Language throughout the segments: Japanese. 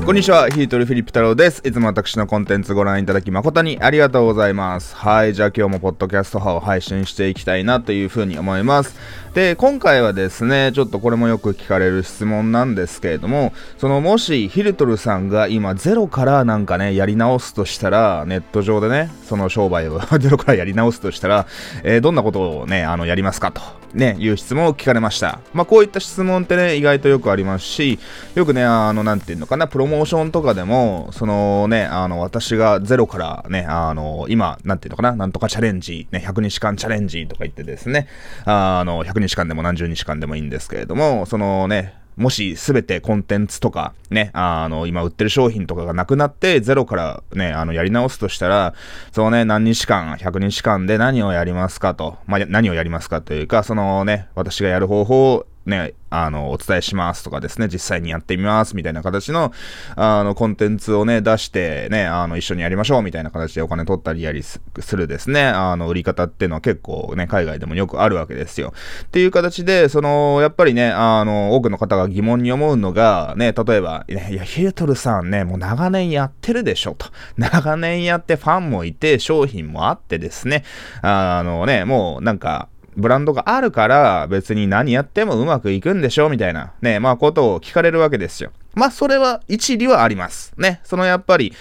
こんにちは、ヒートルフィリップ太郎です。いつも私のコンテンツご覧いただき誠にありがとうございます。はい、じゃあ今日もポッドキャスト派を配信していきたいなというふうに思います。で、今回はですね、ちょっとこれもよく聞かれる質問なんですけれども、もしヒルトルさんが今ゼロからなんかね、やり直すとしたら、ネット上でね、その商売をゼロからやり直すとしたら、どんなことをね、やりますかと。ね、いう質問を聞かれました。こういった質問ってね、意外とよくありますし、よくね、なんていうのかな、プロモーションとかでも、私がゼロからね、今、なんていうのかな、なんとかチャレンジ、ね、100日間チャレンジとか言ってですね、100日間でも何十日間でもいいんですけれども、もしすべてコンテンツとかね、今売ってる商品とかがなくなってゼロからね、やり直すとしたら、何日間、100日間で何をやりますかと。何をやりますかというか、私がやる方法をね、お伝えしますとかですね、実際にやってみますみたいな形の、コンテンツをね、出してね、一緒にやりましょうみたいな形でお金取ったりするですね、売り方っていうのは結構ね、海外でもよくあるわけですよ。っていう形で、やっぱりね、多くの方が疑問に思うのが、ね、例えば、いや、ヒルトルさんね、もう長年やってるでしょと。長年やってファンもいて、商品もあってですね、もうなんか、ブランドがあるから別に何やってもうまくいくんでしょみたいなね、ことを聞かれるわけですよ。それは一理はあります。ね。やっぱり、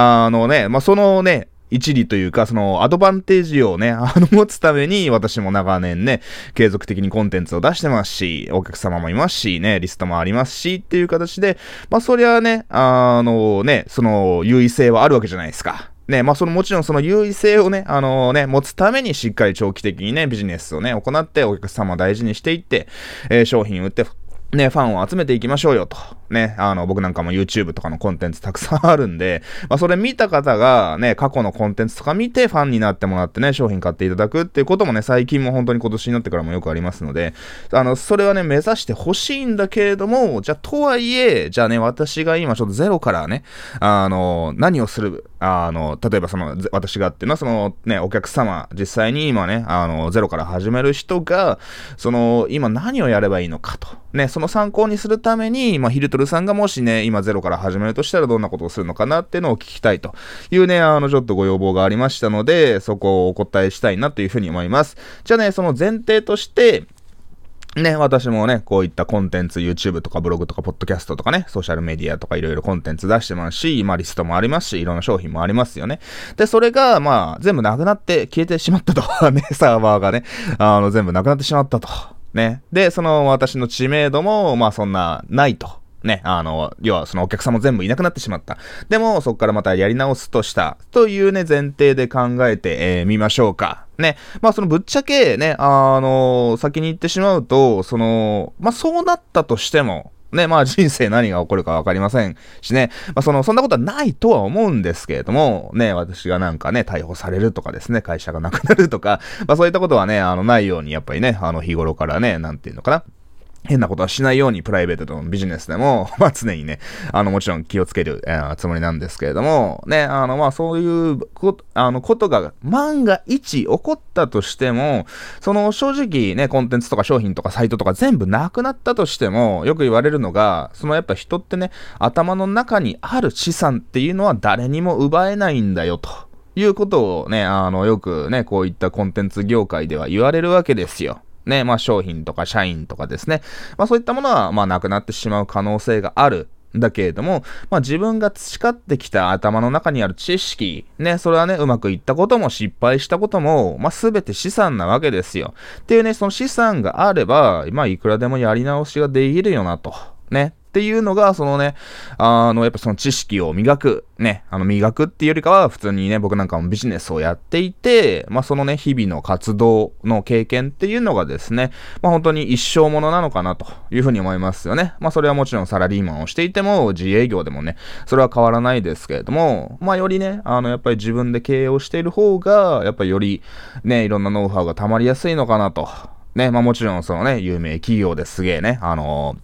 一理というか、アドバンテージをね、持つために、私も長年ね、継続的にコンテンツを出してますし、お客様もいますし、ね、リストもありますし、っていう形で、そりゃね、優位性はあるわけじゃないですか。ね、もちろんその優位性をね、持つためにしっかり長期的にね、ビジネスをね、行ってお客様を大事にしていって、商品を売って、ね、ファンを集めていきましょうよと。ね、僕なんかも YouTube とかのコンテンツたくさんあるんで、それ見た方がね、過去のコンテンツとか見てファンになってもらってね、商品買っていただくっていうこともね、最近も本当に今年になってからもよくありますので、それはね、目指してほしいんだけれども、じゃあ、とはいえ、じゃあね、私が今ちょっとゼロからね、何をする、例えば私がっていうのはね、お客様、実際に今ね、ゼロから始める人が、今何をやればいいのかと。ね、その参考にするために、ヒルトルさんがもしね、今ゼロから始めるとしたらどんなことをするのかなっていうのを聞きたいというね、ちょっとご要望がありましたので、そこをお答えしたいなというふうに思います。じゃあね、その前提として、ね、私もね、こういったコンテンツ、YouTube とかブログとかポッドキャストとかね、ソーシャルメディアとかいろいろコンテンツ出してますし、リストもありますし、いろんな商品もありますよね。で、それが、全部なくなって消えてしまったと。ね、サーバーがね、全部なくなってしまったと。ね。で、私の知名度も、そんな、ないと。ね、要はそのお客さんも全部いなくなってしまった。でも、そこからまたやり直すとした、というね、前提で考えてみましょうか。ね。ぶっちゃけね、先に言ってしまうと、そうなったとしても、ね、人生何が起こるかわかりませんしね。そんなことはないとは思うんですけれども、ね、私がなんかね、逮捕されるとかですね、会社がなくなるとか、そういったことはね、ないように、やっぱりね、日頃からね、なんていうのかな。変なことはしないようにプライベートとビジネスでも、常にね、もちろん気をつける、つもりなんですけれども、ね、そういうことが万が一起こったとしても、正直ね、コンテンツとか商品とかサイトとか全部なくなったとしても、よく言われるのが、やっぱ人ってね、頭の中にある資産っていうのは誰にも奪えないんだよと。いうことをね、よくね、こういったコンテンツ業界では言われるわけですよ。ね、商品とか社員とかですね。そういったものは、なくなってしまう可能性がある。だけれども、自分が培ってきた頭の中にある知識、ね、それはね、うまくいったことも失敗したことも、すべて資産なわけですよ。っていうね、その資産があれば、いくらでもやり直しができるよなと。ね。っていうのが、やっぱその知識を磨く。ね。磨くっていうよりかは、普通にね、僕なんかもビジネスをやっていて、そのね、日々の活動の経験っていうのがですね、本当に一生ものなのかなというふうに思いますよね。それはもちろんサラリーマンをしていても、自営業でもね、それは変わらないですけれども、よりね、やっぱり自分で経営をしている方が、やっぱりよりね、いろんなノウハウが溜まりやすいのかなと。ね、もちろん有名企業ですげえね、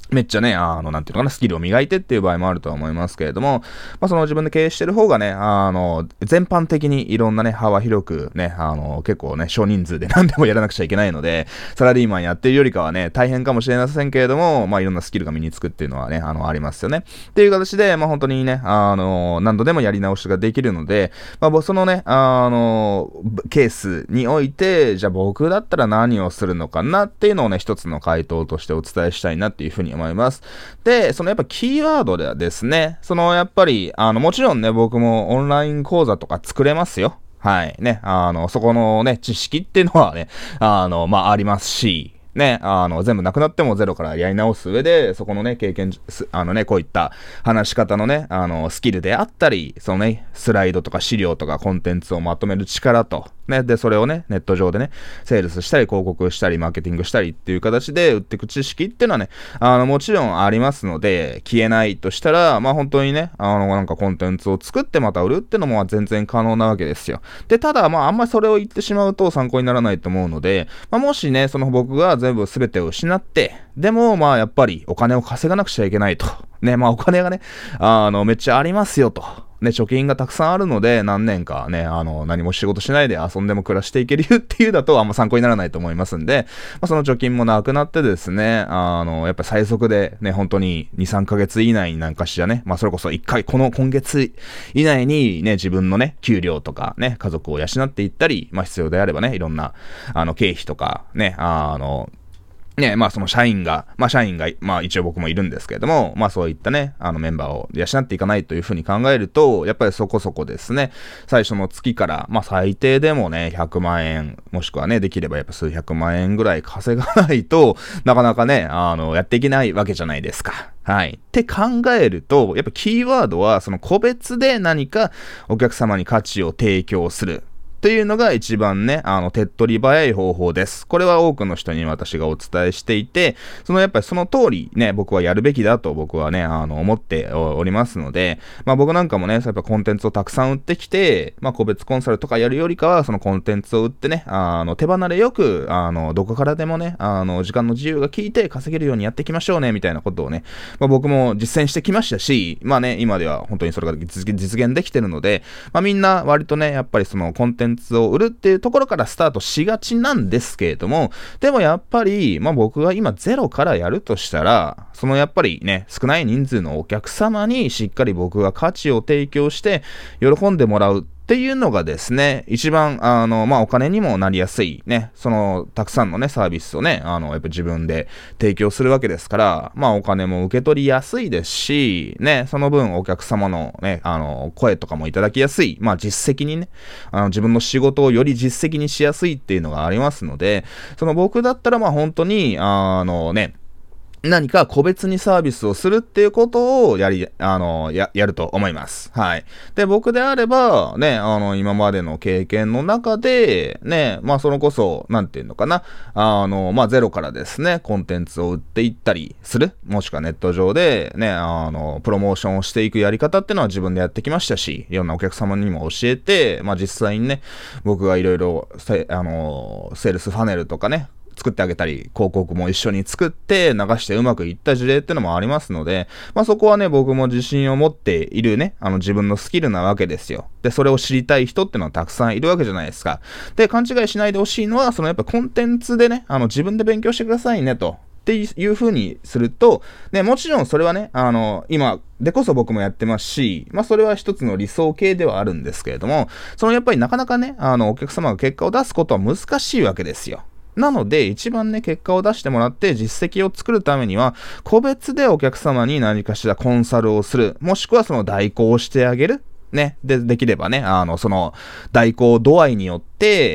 めっちゃね、なんていうのかな、スキルを磨いてっていう場合もあるとは思いますけれども、まあ、その自分で経営してる方がね、全般的にいろんなね、幅広くね、結構ね、少人数で何でもやらなくちゃいけないので、サラリーマンやってるよりかはね、大変かもしれませんけれども、まあ、いろんなスキルが身につくっていうのはね、ありますよね。っていう形で、まあ、本当にね、何度でもやり直しができるので、まあ、そのね、ケースにおいて、じゃあ僕だったら何をするのかなっていうのをね、一つの回答としてお伝えしたいなっていうふうに思います。で、そのやっぱキーワードではですね、やっぱり、もちろんね、僕もオンライン講座とか作れますよ。はい。ね、そこのね、知識っていうのはね、まあ、ありますし、ね、全部なくなってもゼロからやり直す上で、そこのね、経験、こういった話し方のね、スキルであったり、そのね、スライドとか資料とかコンテンツをまとめる力と、ね、で、それをね、ネット上でね、セールスしたり、広告したり、マーケティングしたりっていう形で売っていく知識っていうのはね、もちろんありますので、消えないとしたら、まあ本当にね、なんかコンテンツを作ってまた売るっていうのも全然可能なわけですよ。で、ただ、まああんまりそれを言ってしまうと参考にならないと思うので、まあもしね、その僕が全てを失って、でも、まあやっぱりお金を稼がなくちゃいけないと。ね、まあお金がね、めっちゃありますよと。ね、貯金がたくさんあるので、何年かね、何も仕事しないで遊んでも暮らしていけるよっていうだとあんま参考にならないと思いますんで、まあ、その貯金もなくなってですね、やっぱり最速でね、本当に2、3ヶ月以内になんかしらね、まあそれこそ今月以内にね、自分のね、給料とかね、家族を養っていったり、まあ必要であればね、いろんな、経費とかね、ね、まあその社員が、まあ一応僕もいるんですけれども、まあそういったね、メンバーを養っていかないというふうに考えると、やっぱりそこそこですね、最初の月から、まあ最低でもね、100万円、もしくはね、できればやっぱ数百万円ぐらい稼がないとなかなかね、やっていけないわけじゃないですか。はい。って考えると、やっぱキーワードは、その個別で何かお客様に価値を提供する。というのが一番ね、手っ取り早い方法です。これは多くの人に私がお伝えしていて、やっぱりその通りね、僕はやるべきだと僕はね、思っておりますので、まあ僕なんかもね、やっぱコンテンツをたくさん売ってきて、まあ個別コンサルとかやるよりかは、そのコンテンツを売ってね、手離れよく、どこからでもね、時間の自由が効いて稼げるようにやっていきましょうね、みたいなことをね、まあ僕も実践してきましたし、まあね、今では本当にそれが実現できてるので、まあみんな割とね、やっぱりそのコンテンツを売るっていうところからスタートしがちなんですけれども、でもやっぱり、まあ僕が今ゼロからやるとしたら、やっぱりね、少ない人数のお客様にしっかり僕が価値を提供して喜んでもらうっていうのがですね、一番、まあ、お金にもなりやすい、ね、たくさんのね、サービスをね、やっぱ自分で提供するわけですから、まあ、お金も受け取りやすいですし、ね、その分お客様のね、声とかもいただきやすい、まあ、実績にね、自分の仕事をより実績にしやすいっていうのがありますので、僕だったら、まあ、本当に、ね、何か個別にサービスをするっていうことをやると思います。はい。で、僕であれば、ね、今までの経験の中で、ね、まあ、それこそ、なんていうのかな、まあ、ゼロからですね、コンテンツを売っていったりする、もしくはネット上で、ね、プロモーションをしていくやり方っていうのは自分でやってきましたし、いろんなお客様にも教えて、まあ、実際にね、僕がいろいろ、セールスファネルとかね、作ってあげたり、広告も一緒に作って流してうまくいった事例ってのもありますので、まあそこはね、僕も自信を持っているね、自分のスキルなわけですよ。で、それを知りたい人ってのはたくさんいるわけじゃないですか。で、勘違いしないでほしいのは、やっぱコンテンツでね、自分で勉強してくださいねと。っていう風にすると、ね、もちろんそれはね、今でこそ僕もやってますし、まあそれは一つの理想形ではあるんですけれども、やっぱりなかなかね、お客様が結果を出すことは難しいわけですよ。なので、一番ね、結果を出してもらって実績を作るためには、個別でお客様に何かしらコンサルをする、もしくは代行をしてあげる。ね。できればね、代行度合いによって、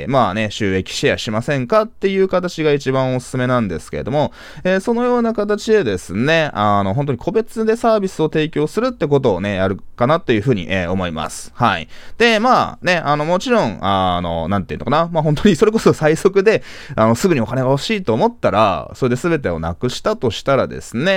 まあね、収益シェアしませんかっていう形が一番おすすめなんですけれども、そのような形でですね、本当に個別でサービスを提供するってことをね、やるかなというふうに、思います。はい。で、まあね、もちろん、なんていうのかな、まあ本当にそれこそ最速で、すぐにお金が欲しいと思ったら、それで全てをなくしたとしたらですね、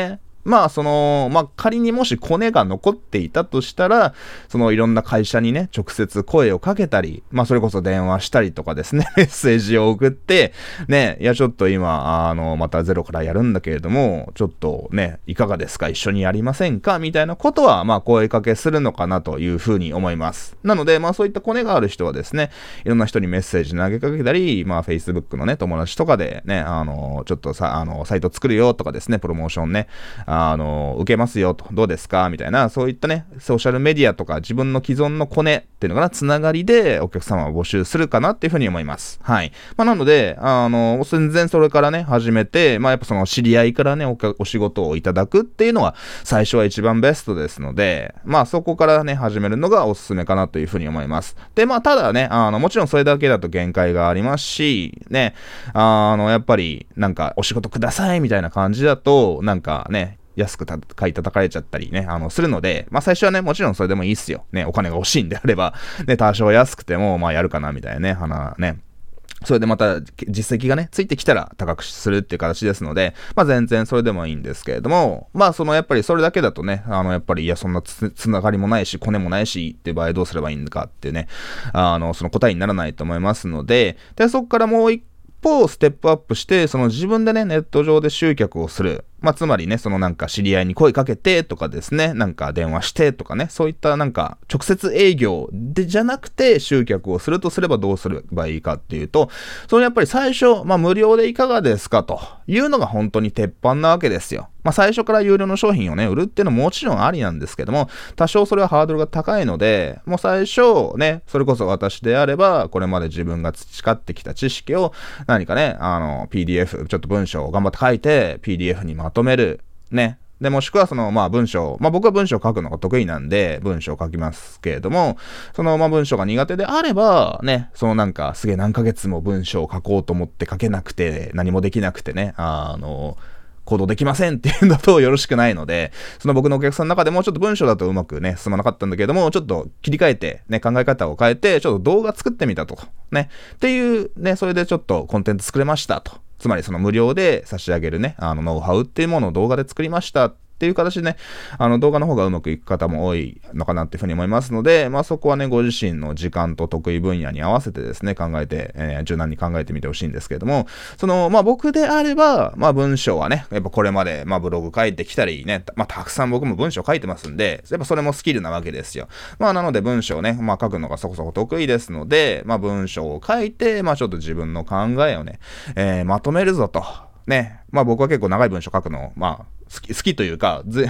まあ仮にもしコネが残っていたとしたら、いろんな会社にね、直接声をかけたり、まあそれこそ電話したりとかですね、メッセージを送って、ね、いやちょっと今、またゼロからやるんだけれども、ちょっとね、いかがですか、一緒にやりませんかみたいなことは、まあ声かけするのかなというふうに思います。なので、まあそういったコネがある人はですね、いろんな人にメッセージ投げかけたり、まあ Facebook のね、友達とかでね、ちょっとさ、サイト作るよとかですね、プロモーションね、受けますよと、どうですかみたいな、そういったね、ソーシャルメディアとか自分の既存のコネっていうのかな、つながりでお客様を募集するかなっていうふうに思います。はい。まあ、なので、全然それからね、始めて、まあ、やっぱその知り合いからね、お仕事をいただくっていうのは、最初は一番ベストですので、まあ、そこからね、始めるのがおすすめかなというふうに思います。で、まあ、ただね、もちろんそれだけだと限界がありますし、ね、やっぱり、なんか、お仕事くださいみたいな感じだと、なんかね、安く買い叩かれちゃったりね、するので、まあ最初はね、もちろんそれでもいいっすよ。ね、お金が欲しいんであれば、ね、多少安くても、まあやるかな、みたいなね、それでまた実績がね、ついてきたら高くするっていう形ですので、まあ全然それでもいいんですけれども、まあやっぱりそれだけだとね、やっぱりいやそんなつながりもないし、コネもないしっていう場合どうすればいいんかっていうね、その答えにならないと思いますので、で、そこからもう一歩ステップアップして、自分でね、ネット上で集客をする。まあ、つまりね、なんか知り合いに声かけてとかですね、なんか電話してとかね、そういったなんか直接営業でじゃなくて集客をするとすればどうすればいいかっていうと、やっぱり最初、まあ無料でいかがですかというのが本当に鉄板なわけですよ。まあ最初から有料の商品をね、売るっていうのももちろんありなんですけども、多少それはハードルが高いので、もう最初ね、それこそ私であれば、これまで自分が培ってきた知識を何かね、PDF、ちょっと文章を頑張って書いて、PDF にまとめる。ね。で、もしくはまあ文章、まあ僕は文章を書くのが得意なんで、文章を書きますけれども、まあ文章が苦手であれば、ね、なんかすげえ何ヶ月も文章を書こうと思って書けなくて、何もできなくてね、行動できませんっていうんだとよろしくないので、僕のお客さんの中でもちょっと文章だとうまくね、進まなかったんだけども、ちょっと切り替えて、ね、考え方を変えて、ちょっと動画作ってみたと。ね。っていう、ね、それでちょっとコンテンツ作れましたと。つまり無料で差し上げるね、ノウハウっていうものを動画で作りましたっていう形でね、動画の方がうまくいく方も多いのかなっていうふうに思いますので、まあそこはね、ご自身の時間と得意分野に合わせてですね、考えて、柔軟に考えてみてほしいんですけれども、まあ僕であれば、まあ文章はね、やっぱこれまで、まあブログ書いてきたりね、まあたくさん僕も文章書いてますんで、やっぱそれもスキルなわけですよ。まあなので文章ね、まあ書くのがそこそこ得意ですので、まあ文章を書いて、まあちょっと自分の考えをね、まとめるぞと。ね。まあ僕は結構長い文章書くの、まあ好きというか、文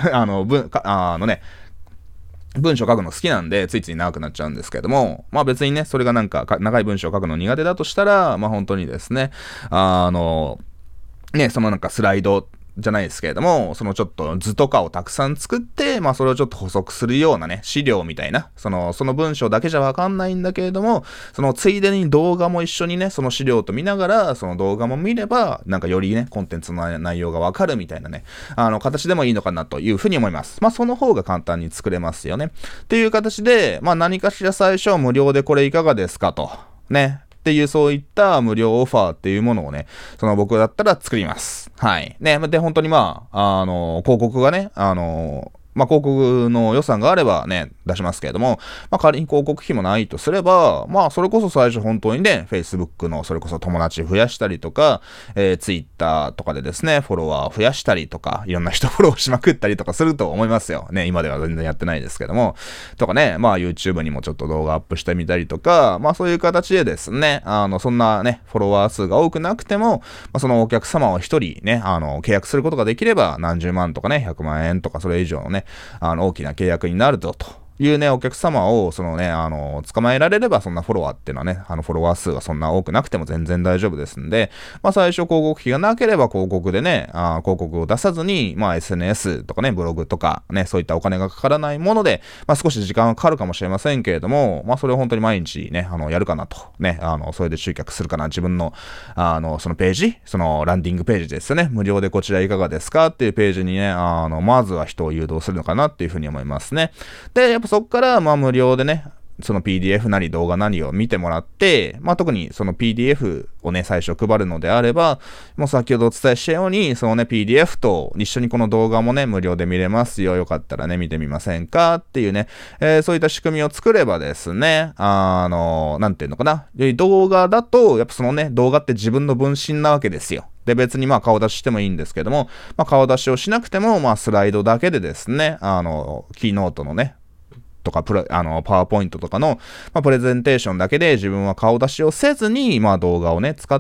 章書くの好きなんで、ついつい長くなっちゃうんですけれども、まあ別にね、それがなんか長い文章を書くの苦手だとしたら、まあ本当にですね、ね、なんかスライドじゃないですけれども、ちょっと図とかをたくさん作って、まあそれをちょっと補足するようなね、資料みたいな、その文章だけじゃわかんないんだけれども、ついでに動画も一緒にね、その資料と見ながら、その動画も見れば、なんかよりね、コンテンツの内容がわかるみたいなね、形でもいいのかなというふうに思います。まあその方が簡単に作れますよね。っていう形で、まあ何かしら最初は無料でこれいかがですかと。ね。っていうそういった無料オファーっていうものをね、僕だったら作ります。はい。ね。で、本当にまあ、広告がね、まあ、広告の予算があればね、出しますけれども、まあ、仮に広告費もないとすれば、まあ、それこそ最初本当にね、Facebook のそれこそ友達増やしたりとか、Twitter とかでですね、フォロワー増やしたりとか、いろんな人フォローしまくったりとかすると思いますよ。ね、今では全然やってないですけども。とかね、まあ、YouTube にもちょっと動画アップしてみたりとか、まあ、そういう形でですね、そんなね、フォロワー数が多くなくても、まあ、そのお客様を一人ね、契約することができれば、何十万とかね、100万円とかそれ以上のね、大きな契約になるというね、お客様を、捕まえられれば、そんなフォロワーっていうのはね、フォロワー数はそんな多くなくても全然大丈夫ですんで、まあ最初広告費がなければ広告でね、広告を出さずに、まあ SNS とかね、ブログとかね、そういったお金がかからないもので、まあ少し時間はかかるかもしれませんけれども、まあそれを本当に毎日ね、やるかなと。ね、それで集客するかな、自分の、そのページ、ランディングページですよね、無料でこちらいかがですかっていうページにね、まずは人を誘導するのかなっていうふうに思いますね。で、やっぱそっから、まあ無料でね、 その PDF なり動画なりを見てもらって、まあ、特にその PDF をね、最初配るのであれば、もう先ほどお伝えしたように、そのね、PDF と一緒にこの動画もね、無料で見れますよ。よかったらね、見てみませんかっていうね、そういった仕組みを作ればですね、なんていうのかな。動画だと、やっぱそのね、動画って自分の分身なわけですよ。で、別にまあ顔出ししてもいいんですけども、まあ顔出しをしなくても、まあスライドだけでですね、キーノートのね、とかパワーポイントとかの、まあ、プレゼンテーションだけで自分は顔出しをせずに、まあ動画をね、使って、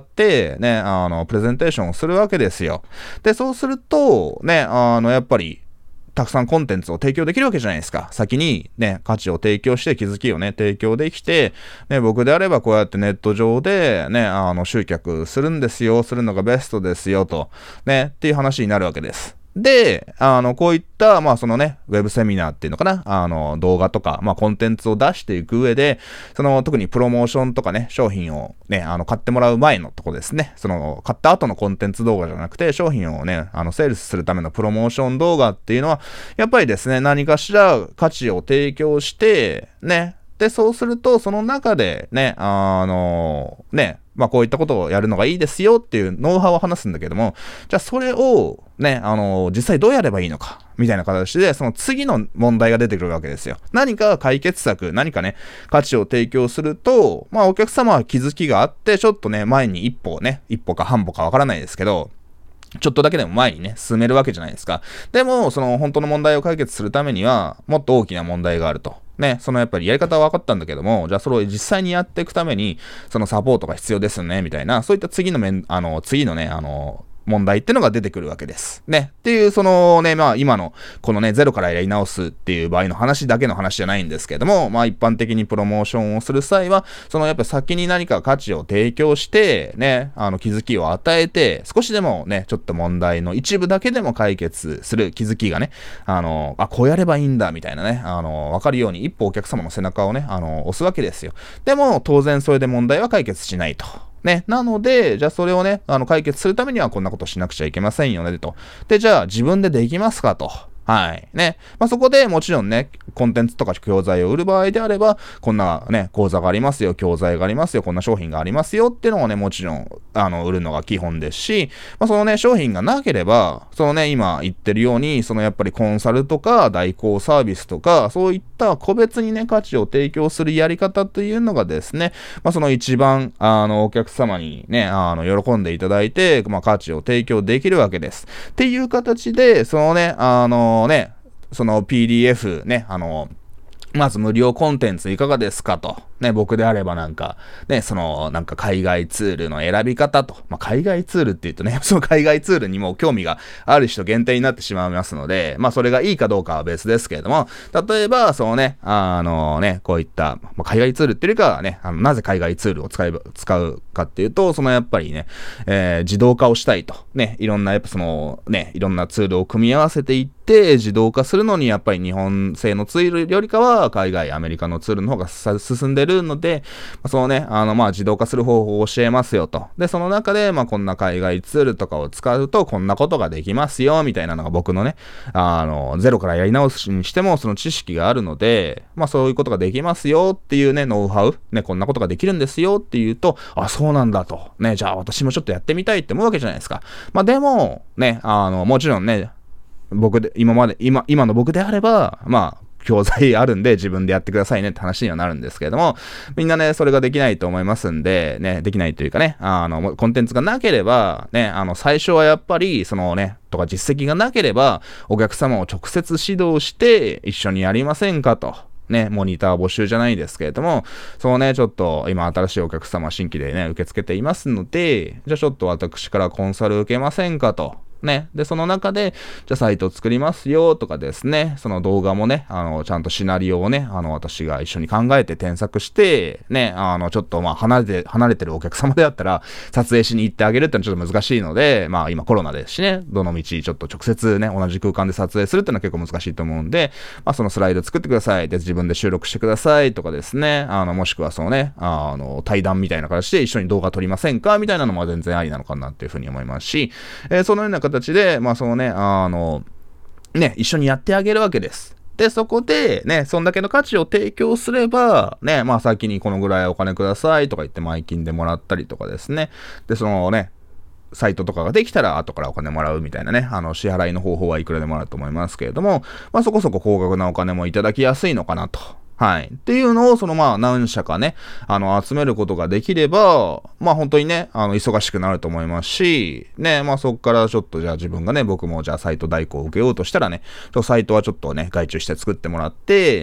ね、プレゼンテーションをするわけですよ。で、そうすると、ね、やっぱり、たくさんコンテンツを提供できるわけじゃないですか。先にね、価値を提供して気づきをね、提供できて、ね、僕であればこうやってネット上でね、集客するんですよ、するのがベストですよ、と、ね、っていう話になるわけです。で、こういった、まあそのね、ウェブセミナーっていうのかな、動画とか、まあコンテンツを出していく上で、特にプロモーションとかね、商品をね、買ってもらう前のとこですね、買った後のコンテンツ動画じゃなくて、商品をね、セールスするためのプロモーション動画っていうのは、やっぱりですね、何かしら価値を提供して、ね、で、そうすると、その中でね、まあこういったことをやるのがいいですよっていうノウハウを話すんだけども、じゃあそれをね、実際どうやればいいのか、みたいな形で、その次の問題が出てくるわけですよ。何か解決策、何かね、価値を提供すると、まあお客様は気づきがあって、ちょっとね、前に一歩か半歩かわからないですけど、ちょっとだけでも前にね、進めるわけじゃないですか。でも、その本当の問題を解決するためには、もっと大きな問題があると。ね、やっぱりやり方は分かったんだけども、じゃあそれを実際にやっていくために、そのサポートが必要ですよね、みたいな、そういった次のね、問題ってのが出てくるわけです。ね。っていう、まあ今の、このね、ゼロからやり直すっていう場合の話だけの話じゃないんですけども、まあ一般的にプロモーションをする際は、やっぱ先に何か価値を提供して、ね、気づきを与えて、少しでもね、ちょっと問題の一部だけでも解決する気づきがね、こうやればいいんだ、みたいなね、わかるように一歩お客様の背中をね、押すわけですよ。でも、当然それで問題は解決しないと。ね。なので、じゃあそれをね、解決するためにはこんなことしなくちゃいけませんよね、と。で、じゃあ自分でできますかと。はい。ね。まあ、そこでもちろんね、コンテンツとか教材を売る場合であれば、こんなね、講座がありますよ、教材がありますよ、こんな商品がありますよっていうのをね、もちろん、売るのが基本ですし、まあ、そのね、商品がなければ、今言ってるように、やっぱりコンサルとか代行サービスとか、そういった個別にね、価値を提供するやり方というのがですね、まあ、一番、お客様にね、喜んでいただいて、まあ、価値を提供できるわけです。っていう形で、その PDF ね、まず無料コンテンツいかがですかと。ね、僕であればなんか海外ツールの選び方と。まあ、海外ツールって言うとね、その海外ツールにも興味がある人限定になってしまいますので、まあ、それがいいかどうかは別ですけれども、例えば、こういった、まあ、海外ツールっていうかね、なぜ海外ツールを使うかっていうと、やっぱりね、自動化をしたいと。ね、いろんな、やっぱいろんなツールを組み合わせていって、自動化するのに、やっぱり日本製のツールよりかは、海外、アメリカのツールの方が進んでるので、自動化する方法を教えますよと。で、その中で、こんな海外ツールとかを使うと、こんなことができますよ、みたいなのが僕のね、ゼロからやり直しにしても、その知識があるので、そういうことができますよっていうね、ノウハウ、ね、こんなことができるんですよっていうと、あ、そうなんだと。ね、じゃあ私もちょっとやってみたいって思うわけじゃないですか。でも、ね、もちろんね、今の僕であれば、教材あるんで自分でやってくださいねって話にはなるんですけれども、みんなね、それができないと思いますんで、ね、できないというかね、コンテンツがなければ、ね、最初はやっぱり、実績がなければ、お客様を直接指導して、一緒にやりませんかと。ね、モニター募集じゃないですけれども、ちょっと今新しいお客様新規でね、受け付けていますので、じゃあちょっと私からコンサル受けませんかと。ね。で、その中で、じゃあサイトを作りますよとかですね、その動画もね、ちゃんとシナリオをね、私が一緒に考えて添削して、ね、ちょっと離れてるお客様であったら、撮影しに行ってあげるってのはちょっと難しいので、今コロナですしね、どの道ちょっと直接ね、同じ空間で撮影するっていうのは結構難しいと思うんで、そのスライド作ってください。で、自分で収録してくださいとかですね、もしくは対談みたいな形で一緒に動画撮りませんかみたいなのも全然ありなのかなっていうふうに思いますし、そのような形で、一緒にやってあげるわけです。 で、そこで、ね、そんだけの価値を提供すれば、ね、まあ先にこのぐらいお金くださいとか言って前金でもらったりとかですね。で、そのね、サイトとかができたら後からお金もらうみたいなね、支払いの方法はいくらでもあると思いますけれども、まあそこそこ高額なお金もいただきやすいのかなと。はい。っていうのを、何社かね、集めることができれば、まあ本当にね、忙しくなると思いますし、ね、まあそこからちょっとじゃあ自分がね、僕もじゃあサイト代行を受けようとしたらね、サイトはちょっとね、外注して作ってもらって、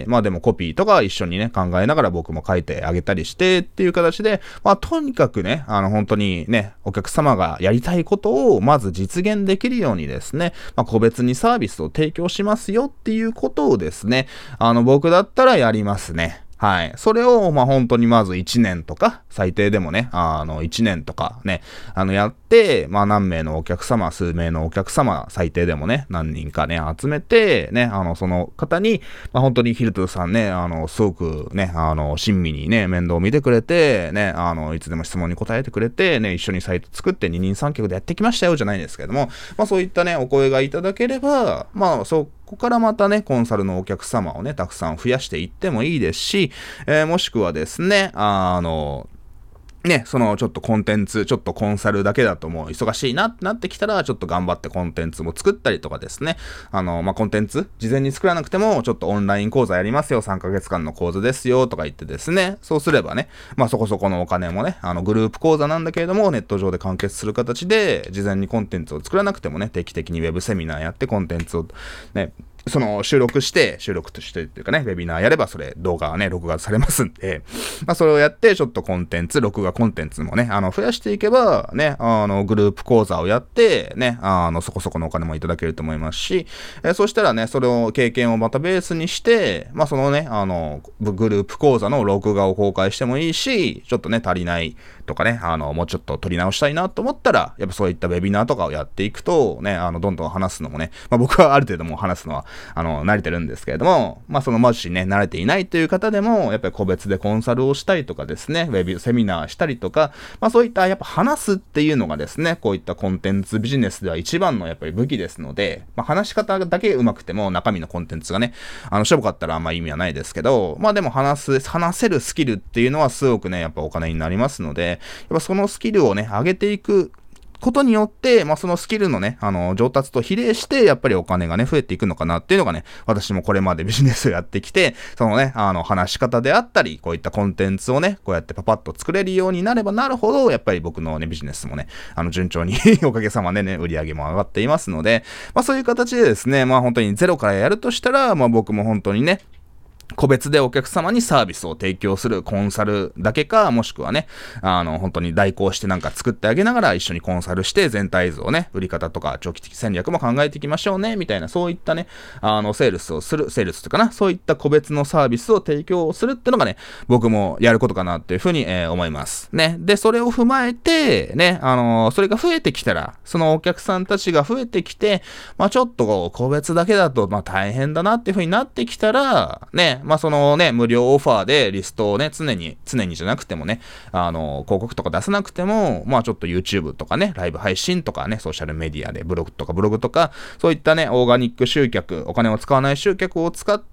まあでもコピーとか一緒にね、考えながら僕も書いてあげたりしてっていう形で、まあとにかくね、本当にね、お客様がやりたいことをまず実現できるようにですね、まあ個別にサービスを提供しますよっていうことをですね、僕だったらやりますね。はい。それを、まあ、本当にまず1年とか、最低でもね、1年とかね、やって、まあ、何名のお客様、数名のお客様、最低でもね、何人かね、集めて、ね、その方に、まあ、本当にヒルトさんね、すごくね、親身にね、面倒を見てくれて、ね、いつでも質問に答えてくれて、ね、一緒にサイト作って二人三脚でやってきましたよ、じゃないですけども、まあ、そういったね、お声がいただければ、まあ、ここからまたね、コンサルのお客様をね、たくさん増やしていってもいいですし、もしくはですね、ね、ちょっとコンテンツ、ちょっとコンサルだけだともう忙しいなってなってきたら、ちょっと頑張ってコンテンツも作ったりとかですね。まあ、コンテンツ、事前に作らなくても、ちょっとオンライン講座やりますよ、3ヶ月間の講座ですよ、とか言ってですね。そうすればね、まあ、そこそこのお金もね、グループ講座なんだけれども、ネット上で完結する形で、事前にコンテンツを作らなくてもね、定期的にウェブセミナーやってコンテンツをね、収録としてっていうかね、ウェビナーやればそれ動画がね、録画されますんで、まあそれをやって、ちょっとコンテンツ、録画コンテンツもね、増やしていけば、ね、グループ講座をやって、ね、そこそこのお金もいただけると思いますし、そしたらね、それを経験をまたベースにして、まあそのね、グループ講座の録画を公開してもいいし、ちょっとね、足りないとかね、もうちょっと取り直したいなと思ったら、やっぱそういったウェビナーとかをやっていくと、ね、どんどん話すのもね、まあ僕はある程度もう話すのは、慣れてるんですけれども、まあもしね、慣れていないという方でも、やっぱり個別でコンサルをしたりとかですね、ウェブセミナーしたりとか、まあそういったやっぱ話すっていうのがですね、こういったコンテンツビジネスでは一番のやっぱり武器ですので、まあ話し方だけ上手くても中身のコンテンツがね、しょぼかったらあんま意味はないですけど、まあでも話せるスキルっていうのはすごくね、やっぱお金になりますので、やっぱそのスキルをね、上げていくことによって、まあ、そのスキルのね、上達と比例して、やっぱりお金がね、増えていくのかなっていうのがね、私もこれまでビジネスをやってきて、そのね、話し方であったり、こういったコンテンツをね、こうやってパパッと作れるようになればなるほど、やっぱり僕のね、ビジネスもね、順調におかげさまでね、売り上げも上がっていますので、まあ、そういう形でですね、まあ、本当にゼロからやるとしたら、まあ、僕も本当にね、個別でお客様にサービスを提供するコンサルだけか、もしくはね、本当に代行してなんか作ってあげながら一緒にコンサルして全体像をね、売り方とか長期的戦略も考えていきましょうね、みたいな、そういったね、セールスとかな、そういった個別のサービスを提供するってのがね、僕もやることかなっていうふうに、思います。ね。で、それを踏まえて、ね、それが増えてきたら、そのお客さんたちが増えてきて、まあちょっとこう、個別だけだと、まあ大変だなっていうふうになってきたら、ね、まあそのね、無料オファーでリストをね、常にじゃなくてもね、広告とか出さなくても、まあちょっと YouTube とかね、ライブ配信とかね、ソーシャルメディアでブログとか、そういったね、オーガニック集客、お金を使わない集客を使って、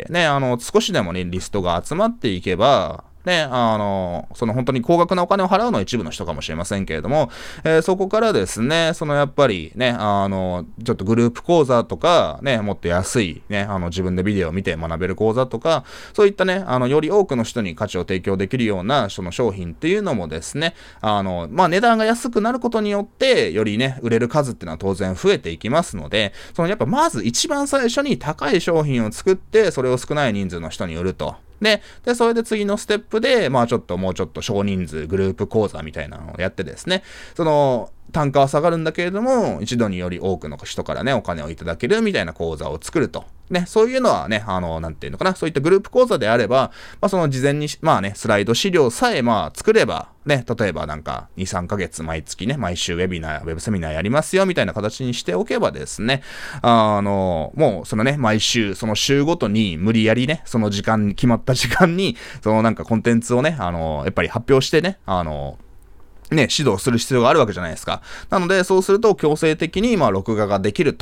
ね、少しでもね、リストが集まっていけば、ね、その本当に高額なお金を払うのは一部の人かもしれませんけれども、そこからですね、やっぱりね、ちょっとグループ講座とか、ね、もっと安い、ね、自分でビデオを見て学べる講座とか、そういったね、より多くの人に価値を提供できるような、その商品っていうのもですね、まあ、値段が安くなることによって、よりね、売れる数っていうのは当然増えていきますので、やっぱまず一番最初に高い商品を作って、それを少ない人数の人に売ると。で、それで次のステップで、まあもうちょっと少人数グループ講座みたいなのをやってですね、単価は下がるんだけれども、一度により多くの人からね、お金をいただけるみたいな講座を作ると。ね、そういうのはね、なんていうのかな、そういったグループ講座であれば、まあ事前に、まあね、スライド資料さえまあ作れば、ね、例えばなんか2、3ヶ月毎月ね、毎週ウェブセミナーやりますよみたいな形にしておけばですね、もうね、毎週、その週ごとに無理やりね、その決まった時間に、なんかコンテンツをね、やっぱり発表してね、指導する必要があるわけじゃないですか。なので、そうすると強制的に、まあ、録画ができると。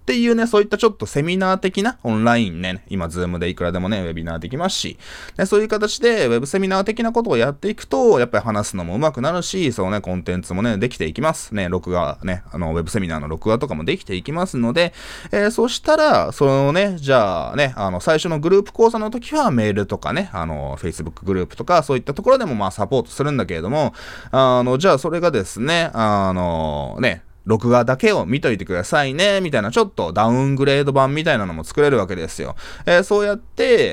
っていうね、そういったちょっとセミナー的なオンラインね、今ズームでいくらでもね、ウェビナーできますし、ね、そういう形でウェブセミナー的なことをやっていくと、やっぱり話すのも上手くなるし、そうね、コンテンツもね、できていきますね、録画ね、ウェブセミナーの録画とかもできていきますので、そしたら、そのね、じゃあね、最初のグループ講座の時はメールとかね、Facebook グループとか、そういったところでもまあサポートするんだけれども、じゃあそれがですね、録画だけを見といてくださいね、みたいな、ちょっとダウングレード版みたいなのも作れるわけですよ。そうやって、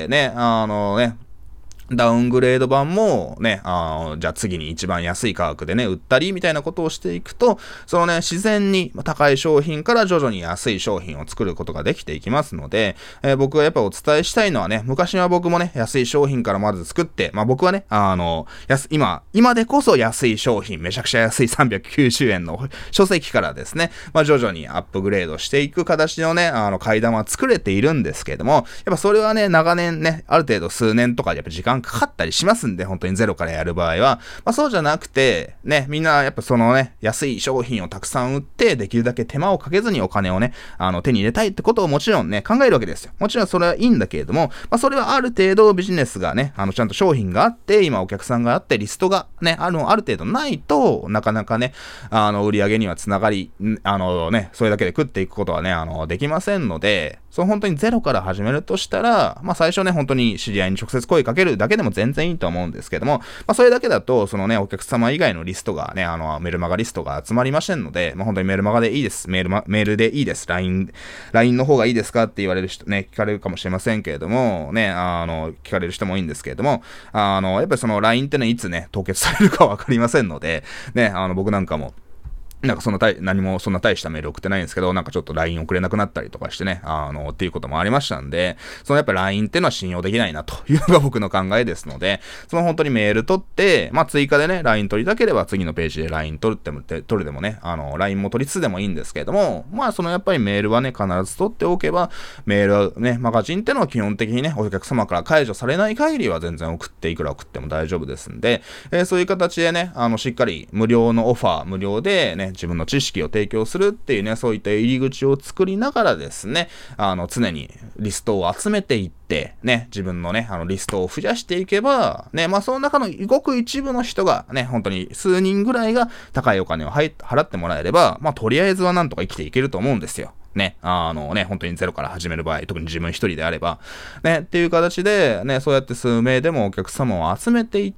ね、ダウングレード版もね、じゃあ次に一番安い価格でね、売ったりみたいなことをしていくと、そのね、自然に高い商品から徐々に安い商品を作ることができていきますので、僕がやっぱお伝えしたいのはね、昔は僕もね、安い商品からまず作って、まあ僕はね、今でこそ安い商品、めちゃくちゃ安い390円の書籍からですね、まあ徐々にアップグレードしていく形のね、階段は作れているんですけれども、やっぱそれはね、長年ね、ある程度数年とかでやっぱ時間かかったりしますんで、本当にゼロからやる場合は、まあそうじゃなくて、ね、みんなやっぱそのね、安い商品をたくさん売って、できるだけ手間をかけずにお金をね、手に入れたいってことをもちろんね、考えるわけですよ。もちろんそれはいいんだけれども、まあそれはある程度ビジネスがね、ちゃんと商品があって、今お客さんがあって、リストがね、ある程度ないと、なかなかね、売り上げにはつながり、それだけで食っていくことはね、できませんので、その本当にゼロから始めるとしたら、まあ最初ね、本当に知り合いに直接声かけるだけでも全然いいと思うんですけども、まあそれだけだと、そのね、お客様以外のリストがね、メルマガリストが集まりませんので、まあ本当にメルマガでいいです。メールでいいです。LINE の方がいいですかって言われる人ね、聞かれるかもしれませんけれども、ね、聞かれる人もいいんですけれども、やっぱりその LINE ってのはいつね、凍結されるかわかりませんので、ね、僕なんかも、なんか何もそんな大したメール送ってないんですけど、なんかちょっと LINE 送れなくなったりとかしてね、っていうこともありましたんで、そのやっぱ LINE っていうのは信用できないなというのが僕の考えですので、その本当にメール取って、まあ追加でね、LINE 取りたければ次のページで LINE 取るでもね、LINE も取りつつでもいいんですけれども、まあそのやっぱりメールはね、必ず取っておけば、メールはね、マガジンっていうのは基本的にね、お客様から解除されない限りは全然いくら送っても大丈夫ですんで、そういう形でね、しっかり無料のオファー、無料でね、自分の知識を提供するっていうね、そういった入り口を作りながらですね、常にリストを集めていって、ね、自分のね、リストを増やしていけば、ね、まあその中のごく一部の人がね、本当に数人ぐらいが高いお金を払ってもらえれば、まあとりあえずはなんとか生きていけると思うんですよ。ね、本当にゼロから始める場合、特に自分一人であれば、ね、っていう形で、ね、そうやって数名でもお客様を集めていって、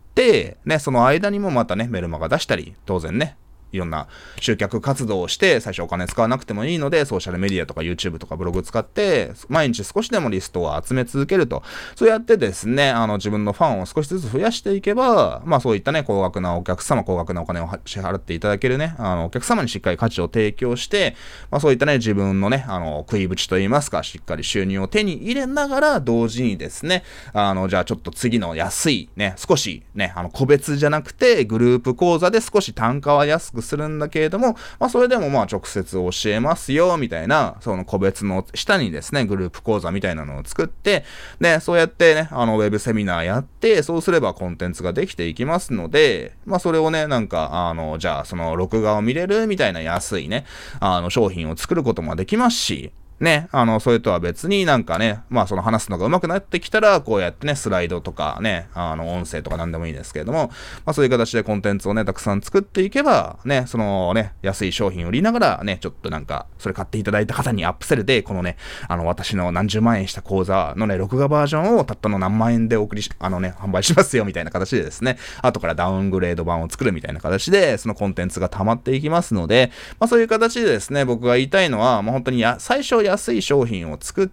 ね、その間にもまたね、メルマガ出したり、当然ね、いろんな集客活動をして、最初お金使わなくてもいいので、ソーシャルメディアとか YouTube とかブログ使って、毎日少しでもリストを集め続けると。そうやってですね、自分のファンを少しずつ増やしていけば、まあそういったね、高額なお金を支払っていただけるね、お客様にしっかり価値を提供して、まあそういったね、自分のね、食いぶちといいますか、しっかり収入を手に入れながら、同時にですね、じゃあちょっと次の安い、ね、少しね、個別じゃなくて、グループ講座で少し単価は安くするんだけれども、まあそれでもまあ直接教えますよみたいな、その個別の下にですね、グループ講座みたいなのを作って、ね、そうやってね、ウェブセミナーやって、そうすればコンテンツができていきますので、まあそれをね、なんか、じゃあその録画を見れるみたいな安いね、商品を作ることもできますし、ね、それとは別になんかね、まあその話すのが上手くなってきたら、こうやってね、スライドとかね、音声とかなんでもいいですけれども、まあそういう形でコンテンツをね、たくさん作っていけば、ね、そのね、安い商品を売りながらね、ちょっとなんか、それ買っていただいた方にアップセルで、このね、私の何十万円した講座のね、録画バージョンをたったの何万円で販売しますよ、みたいな形でですね、後からダウングレード版を作るみたいな形で、そのコンテンツが溜まっていきますので、まあそういう形でですね、僕が言いたいのは、もう本当に最初安い商品を作って、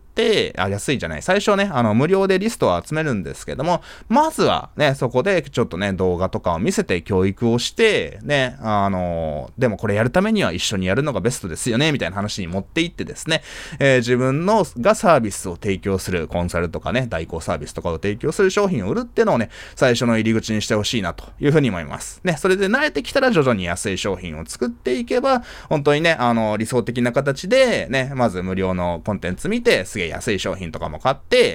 最初ね、無料でリストを集めるんですけども、まずはね、そこでちょっとね、動画とかを見せて教育をして、ね、でもこれやるためには一緒にやるのがベストですよね、みたいな話に持っていってですね、自分がサービスを提供する、コンサルとかね、代行サービスとかを提供する商品を売るっていうのをね、最初の入り口にしてほしいなというふうに思います。ね、それで慣れてきたら徐々に安い商品を作っていけば、本当にね、理想的な形でね、まず無料のコンテンツ見て、すげえ安い商品とかも買って、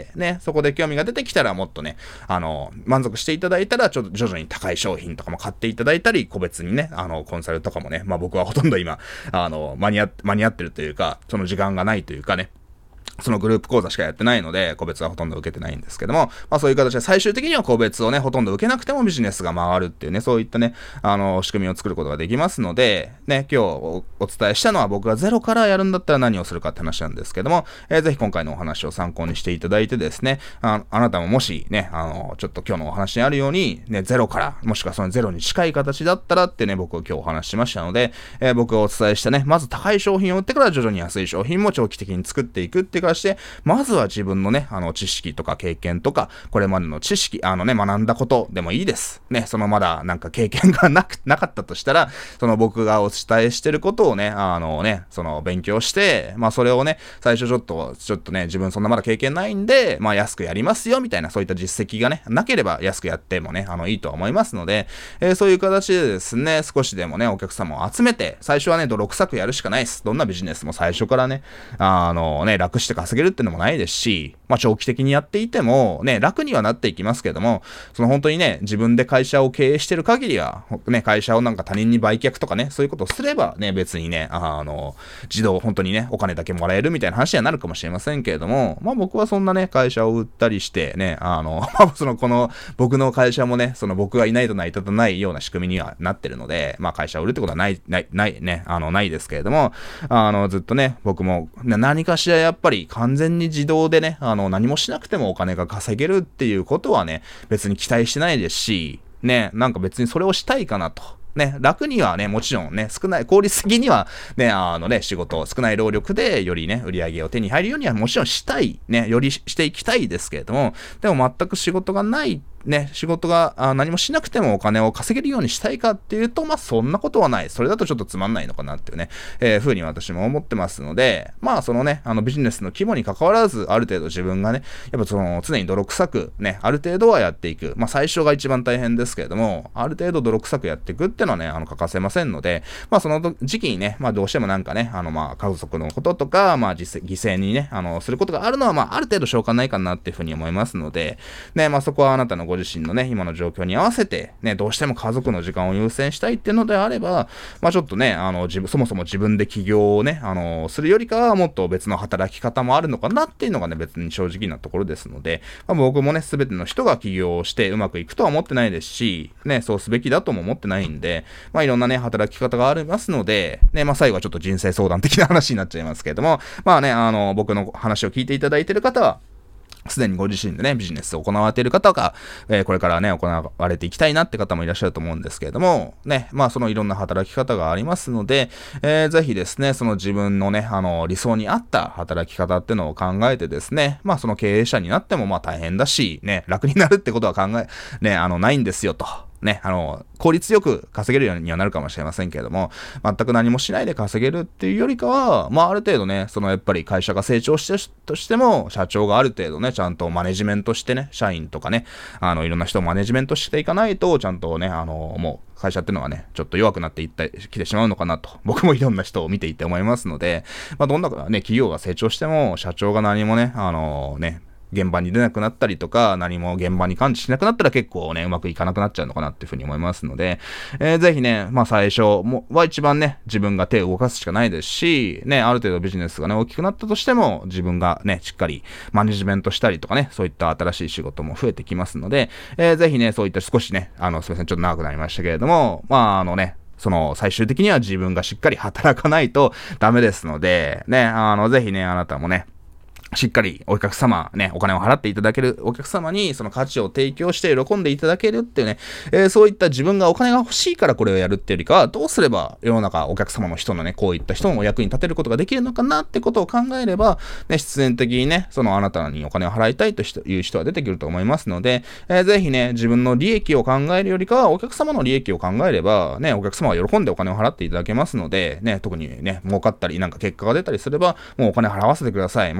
ね、そこで興味が出てきたらもっとね、満足していただいたら、ちょっと徐々に高い商品とかも買っていただいたり、個別にね、コンサルとかもね、まあ僕はほとんど今、間に合ってるというか、その時間がないというかね、そのグループ講座しかやってないので、個別はほとんど受けてないんですけども、まあそういう形で最終的には個別をね、ほとんど受けなくてもビジネスが回るっていうね、そういったね、仕組みを作ることができますので、ね、今日お伝えしたのは僕がゼロからやるんだったら何をするかって話なんですけども、ぜひ今回のお話を参考にしていただいてですね、あなたももしね、ちょっと今日のお話にあるように、ね、ゼロから、もしくはそのゼロに近い形だったらってね、僕は今日お話ししましたので、僕がお伝えしたね、まず高い商品を売ってから徐々に安い商品も長期的に作っていくっていう形で、まずは自分のね、知識とか経験とか、これまでの知識、学んだことでもいいです。ね、そのまだなんか経験がなかったとしたら、その僕がお伝えしてることをね、その勉強して、まあそれをね、最初ちょっとね、自分そんなまだ経験ないんで、まあ安くやりますよ、みたいな、そういった実績がね、なければ安くやってもね、いいとは思いますので、そういう形でですね、少しでもね、お客様を集めて、最初はね、泥臭くやるしかないです。どんなビジネスも最初からね、楽して稼げるってのもないですし、まあ長期的にやっていてもね、楽にはなっていきますけども、その本当にね、自分で会社を経営してる限りは、ね、会社をなんか他人に売却とかね、そういうことをすればね、別にね、自動本当にね、お金だけもらえるみたいな話にはなるかもしれませんけれども、まあ僕はそんなね、会社を売ったりしてね、この僕の会社もね、その僕がいないと成り立たないような仕組みにはなってるので、まあ会社を売るってことはないですけれども、ずっとね、僕も何かしらやっぱり完全に自動でね、何もしなくてもお金が稼げるっていうことはね、別に期待してないですし、ね、なんか別にそれをしたいかなと。ね、楽にはね、もちろんね、効率的にはね、仕事、少ない労力でよりね、売り上げを手に入るようにはもちろんしたい、ね、よりしていきたいですけれども、でも全く仕事がないね、仕事が何もしなくてもお金を稼げるようにしたいかっていうと、まあそんなことはない。それだとちょっとつまんないのかなっていうね、ふうに私も思ってますので、まあそのね、ビジネスの規模に関わらず、ある程度自分がね、やっぱその常に泥臭くね、ある程度はやっていく。まあ最初が一番大変ですけれども、ある程度泥臭くやっていくっていうのはね、欠かせませんので、まあその時期にね、まあどうしてもなんかね、まあ家族のこととか、まあ犠牲にね、することがあるのは、まあある程度しょうがないかなっていうふうに思いますので、ね、まあそこはあなたのご自身のね、今の状況に合わせて、ね、どうしても家族の時間を優先したいっていうのであれば、まあちょっとね、そもそも自分で起業をね、するよりかはもっと別の働き方もあるのかなっていうのがね、別に正直なところですので、まあ、僕もね、すべての人が起業をしてうまくいくとは思ってないですし、ね、そうすべきだとも思ってないんで、まあいろんなね、働き方がありますので、ね、まあ最後はちょっと人生相談的な話になっちゃいますけれども、まあね、僕の話を聞いていただいている方は、すでにご自身でね、ビジネスを行われている方が、これからね、行われていきたいなって方もいらっしゃると思うんですけれども、ね、まあそのいろんな働き方がありますので、ぜひですね、その自分のね、理想に合った働き方っていうのを考えてですね、まあその経営者になってもまあ大変だし、ね、楽になるってことはないんですよと。ね、効率よく稼げるようにはなるかもしれませんけれども、全く何もしないで稼げるっていうよりかは、まあある程度ね、そのやっぱり会社が成長してとしても、社長がある程度ね、ちゃんとマネジメントしてね、社員とかね、いろんな人をマネジメントしていかないと、ちゃんとね、もう会社っていうのはね、ちょっと弱くなってきてしまうのかなと、僕もいろんな人を見ていて思いますので、まあどんなね、企業が成長しても、社長が何もね、現場に出なくなったりとか、何も現場に感知しなくなったら結構ね、うまくいかなくなっちゃうのかなっていうふうに思いますので、ぜひね、まあ最初は一番ね、自分が手を動かすしかないですし、ね、ある程度ビジネスがね、大きくなったとしても、自分がね、しっかりマネジメントしたりとかね、そういった新しい仕事も増えてきますので、ぜひね、そういった少しね、すいません、ちょっと長くなりましたけれども、まあその最終的には自分がしっかり働かないとダメですので、ね、ぜひね、あなたもね、しっかりお客様ね、お金を払っていただけるお客様にその価値を提供して喜んでいただけるっていうね、そういった自分がお金が欲しいからこれをやるっていうよりかは、どうすれば世の中お客様の人のね、こういった人のお役に立てることができるのかなってことを考えれば、ね、必然的にね、そのあなたにお金を払いたいという人は出てくると思いますので、ぜひね、自分の利益を考えるよりかは、お客様の利益を考えれば、ね、お客様が喜んでお金を払っていただけますので、ね、特にね、儲かったりなんか結果が出たりすれば、もうお金払わせてください。もっとね、継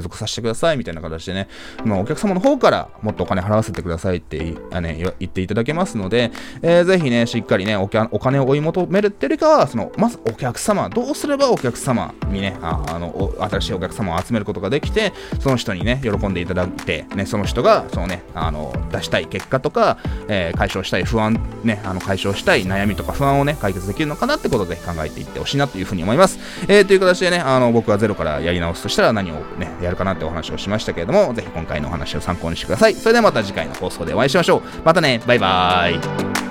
続させてくださいみたいな形でね、お客様の方からもっとお金払わせてくださいって言っていただけますので、ぜひね、しっかりね、お金を追い求めるっていうよりかは、まずお客様、どうすればお客様にね、新しいお客様を集めることができて、その人にね、喜んでいただいて、ね、その人が、出したい結果とか、解消したい不安、ね、解消したい悩みとか不安をね、解決できるのかなってことで考えていってほしいなというふうに思います。という形でね、僕はゼロからやり直すとしたら何をね、やるかなってお話をしましたけれども、ぜひ今回のお話を参考にしてください。それではまた次回の放送でお会いしましょう。またね、バイバーイ。